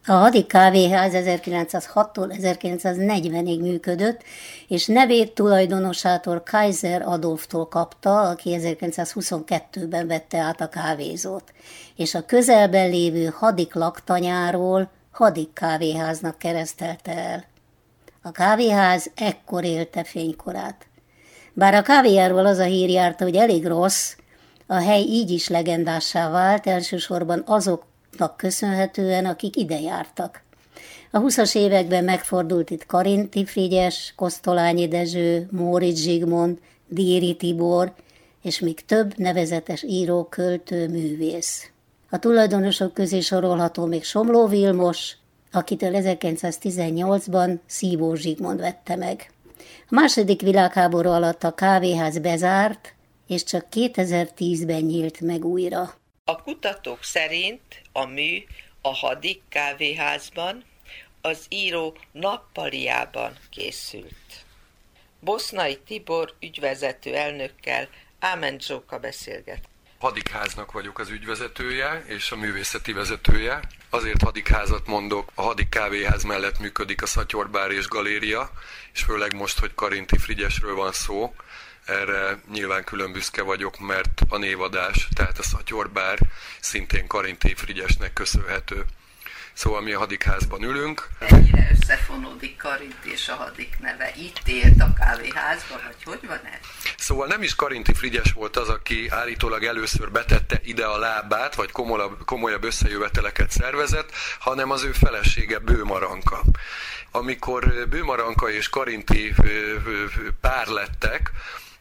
A Hadik kávéház 1906-tól 1940-ig működött, és nevét tulajdonosától Kaiser Adolftól kapta, aki 1922-ben vette át a kávézót, és a közelben lévő Hadik laktanyáról Hadik kávéháznak keresztelte el. A kávéház ekkor élte fénykorát. Bár a kávéjáról az a hír járta, hogy elég rossz, a hely így is legendássá vált, elsősorban azoknak köszönhetően, akik ide jártak. A 20-as években megfordult itt Karinthy Frigyes, Kosztolányi Dezső, Móricz Zsigmond, Díri Tibor, és még több nevezetes író, költő, művész. A tulajdonosok közé sorolható még Somló Vilmos, akitől 1918-ban Szívó Zsigmond vette meg. A második világháború alatt a kávéház bezárt, és csak 2010-ben nyílt meg újra. A kutatók szerint a mű a Hadik kávéházban, az író nappaliában készült. Bosznai Tibor ügyvezető elnökkel Ámen Zsóka beszélget. Hadikháznak vagyok az ügyvezetője és a művészeti vezetője. Azért Hadikházat mondok, a Hadik kávéház mellett működik a Szatyorbár és Galéria, és főleg most, hogy Karinthy Frigyesről van szó, erre nyilván külön büszke vagyok, mert a névadás, tehát a Szatyorbár szintén Karinthy Frigyesnek köszönhető. Szóval mi a Hadikházban ülünk. Ennyire összefonódik Karinthy és a Hadik neve. Itt élt a kávéházban, vagy hogy van ez? Szóval nem is Karinthy Frigyes volt az, aki állítólag először betette ide a lábát, vagy komolyabb összejöveteleket szervezett, hanem az ő felesége Bőmaranka. Amikor Bőmaranka és Karinthy pár lettek,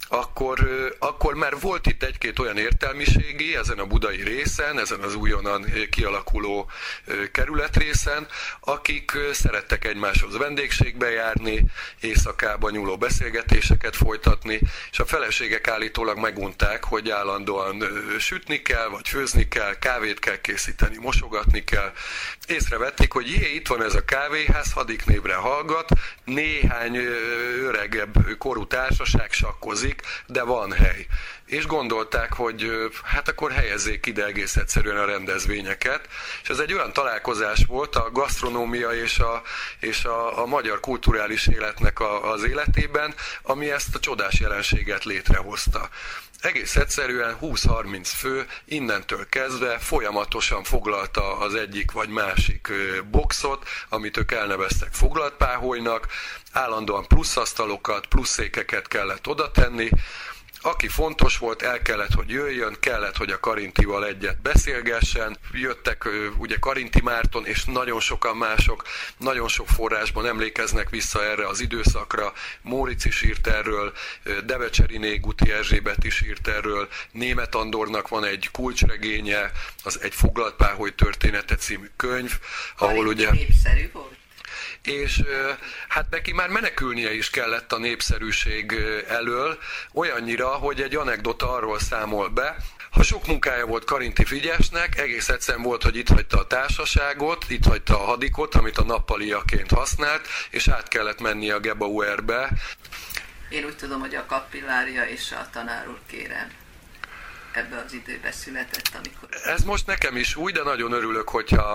akkor már volt itt egy-két olyan értelmiségi ezen a budai részen, ezen az újonnan kialakuló kerületrészen, akik szerettek egymáshoz vendégségbe járni, éjszakában nyúló beszélgetéseket folytatni, és a feleségek állítólag megunták, hogy állandóan sütni kell, vagy főzni kell, kávét kell készíteni, mosogatni kell. Észrevették, hogy itt van ez a kávéház, Hadik névre hallgat, néhány öregebb korú társaság sakkozik, de van hely. És gondolták, hogy hát akkor helyezzék ide egész egyszerűen a rendezvényeket. És ez egy olyan találkozás volt a gasztronómia és a magyar kulturális életnek az életében, ami ezt a csodás jelenséget létrehozta. Egész egyszerűen 20-30 fő innentől kezdve folyamatosan foglalta az egyik vagy másik boxot, amit ők elneveztek foglaltpáholynak, állandóan plusz asztalokat, plusz székeket kellett oda tenni. Aki fontos volt, el kellett, hogy jöjjön, kellett, hogy a Karinthyval egyet beszélgessen. Jöttek ugye Karinthy Márton és nagyon sokan mások, nagyon sok forrásban emlékeznek vissza erre az időszakra. Móricz is írt erről, Devecseriné Guti Erzsébet is írt erről, Németh Andornak van egy kulcsregénye, az egy foglaltpáholy története című könyv, ahol ugye... népszerű volt? És hát neki már menekülnie is kellett a népszerűség elől, olyannyira, hogy egy anekdota arról számol be, ha sok munkája volt Karinthy Frigyesnek, egész egyszerűen volt, hogy itt hagyta a társaságot, itt hagyta a Hadikot, amit a nappaliaként használt, és át kellett mennie a Gebauerbe. Én úgy tudom, hogy a kapillária és a tanár úr, kérem, ebbe az időbe született, amikor... Ez most nekem is új, de nagyon örülök,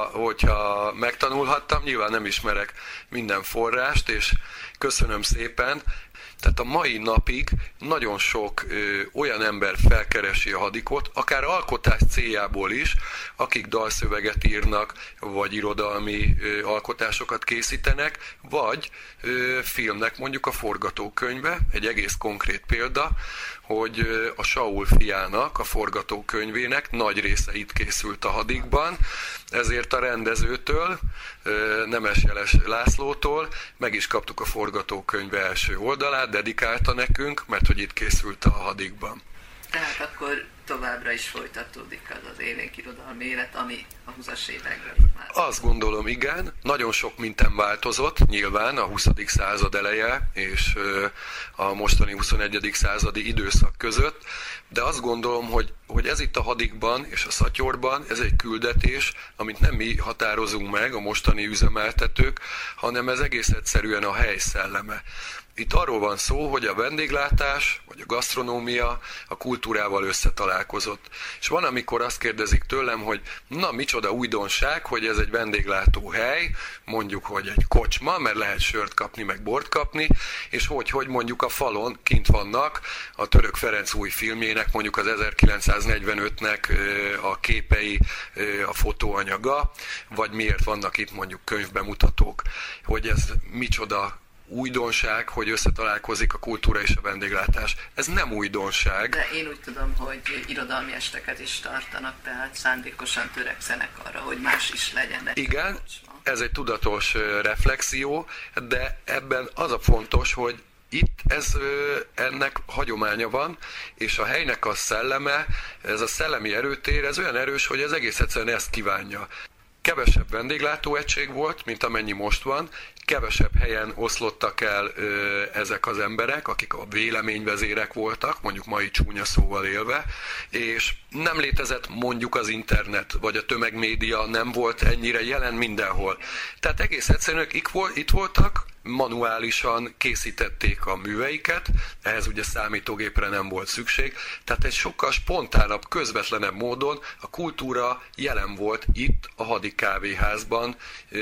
hogyha megtanulhattam. Nyilván nem ismerek minden forrást, és köszönöm szépen. Tehát a mai napig nagyon sok olyan ember felkeresi a Hadikot, akár alkotás céljából is, akik dalszöveget írnak, vagy irodalmi alkotásokat készítenek, vagy filmnek mondjuk a forgatókönyve, egy egész konkrét példa, hogy a Saul fiának, a forgatókönyvének nagy része itt készült a Hadikban, ezért a rendezőtől, Nemesjeles Lászlótól meg is kaptuk a forgatókönyve első oldalát, dedikálta nekünk, mert hogy itt készült a Hadikban. Tehát akkor továbbra is folytatódik az élénk irodalmi élet, ami a 20-as években itt már. Azt gondolom, igen. Nagyon sok minden változott, nyilván a 20. század eleje és a mostani 21. századi időszak között, de azt gondolom, hogy ez itt a Hadikban és a Szatyorban, ez egy küldetés, amit nem mi határozunk meg, a mostani üzemeltetők, hanem ez egész egyszerűen a hely szelleme. Itt arról van szó, hogy a vendéglátás, vagy a gasztronómia a kultúrával összetalálkozott. És van, amikor azt kérdezik tőlem, hogy na, micsoda micsoda újdonság, hogy ez egy vendéglátóhely, mondjuk, hogy egy kocsma, mert lehet sört kapni, meg bort kapni, és hogy mondjuk a falon kint vannak a Török Ferenc új filmjének, mondjuk az 1945-nek a képei, a fotóanyaga, vagy miért vannak itt mondjuk könyvbemutatók, hogy ez micsoda újdonság, hogy összetalálkozik a kultúra és a vendéglátás. Ez nem újdonság. De én úgy tudom, hogy irodalmi esteket is tartanak, tehát szándékosan törekszenek arra, hogy más is legyen. Igen, ez egy tudatos reflexió, de ebben az a fontos, hogy itt ennek hagyománya van, és a helynek a szelleme, ez a szellemi erőtér, ez olyan erős, hogy ez egész egyszerűen ezt kívánja. Kevesebb vendéglátóegység volt, mint amennyi most van, kevesebb helyen oszlottak el ezek az emberek, akik a véleményvezérek voltak, mondjuk mai csúnya szóval élve, és nem létezett mondjuk az internet, vagy a tömegmédia nem volt ennyire jelen mindenhol. Tehát egész egyszerűen itt voltak, manuálisan készítették a műveiket, ehhez ugye számítógépre nem volt szükség, tehát egy sokkal spontánabb, közvetlenebb módon a kultúra jelen volt itt a Hadi kávéházban,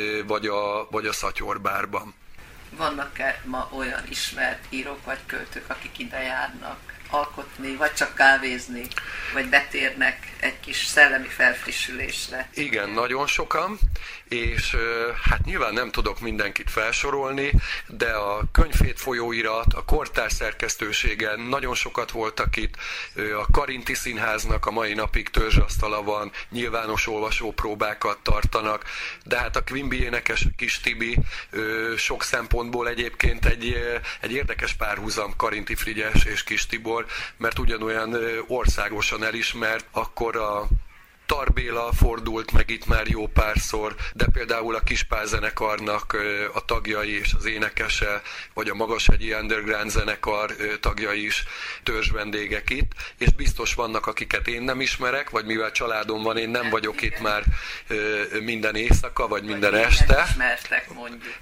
vagy a Szatyorbárban. Vannak-e ma olyan ismert írók vagy költők, akik ide járnak alkotni, vagy csak kávézni, vagy betérnek egy kis szellemi felfrissülésre? Igen, nagyon sokan, és hát nyilván nem tudok mindenkit felsorolni, de a Könyvhét folyóirat, a Kortárs szerkesztőségen nagyon sokat voltak itt, a Karinti Színháznak a mai napig törzsasztala van, nyilvános olvasópróbákat tartanak, de hát a Quimby énekes Kis Tibi sok szempontból egyébként egy érdekes párhuzam Karinti Frigyes és Kis Tibor, mert ugyanolyan országosan elismert, akkor a Tar Béla fordult meg itt már jó párszor, de például a Kispál zenekarnak a tagjai és az énekese, vagy a Magashegyi Underground zenekar tagjai is törzsvendégek itt, és biztos vannak, akiket én nem ismerek, vagy mivel családom van, én nem vagyok itt már minden éjszaka, vagy minden este. Ismertek mondjuk.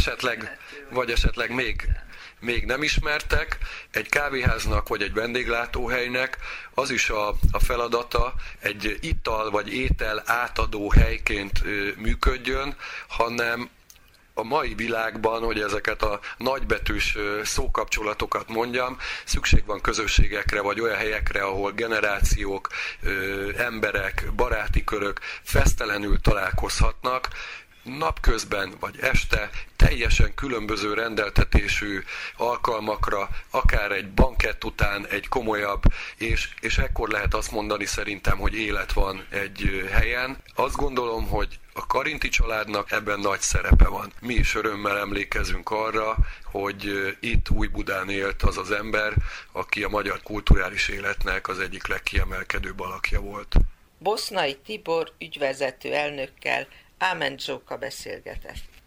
Vagy esetleg még nem ismertek. Egy kávéháznak vagy egy vendéglátóhelynek az is a feladata egy ital vagy étel átadó helyként működjön, hanem a mai világban, hogy ezeket a nagybetűs szókapcsolatokat mondjam, szükség van közösségekre, vagy olyan helyekre, ahol generációk, emberek, baráti körök fesztelenül találkozhatnak, napközben vagy este teljesen különböző rendeltetésű alkalmakra, akár egy bankett után egy komolyabb, és ekkor lehet azt mondani szerintem, hogy élet van egy helyen. Azt gondolom, hogy a Karinti családnak ebben nagy szerepe van. Mi is örömmel emlékezünk arra, hogy itt Újbudán élt az az ember, aki a magyar kulturális életnek az egyik legkiemelkedőbb alakja volt. Bosznai Tibor ügyvezető elnökkel Ámen Zsóka beszélgetett.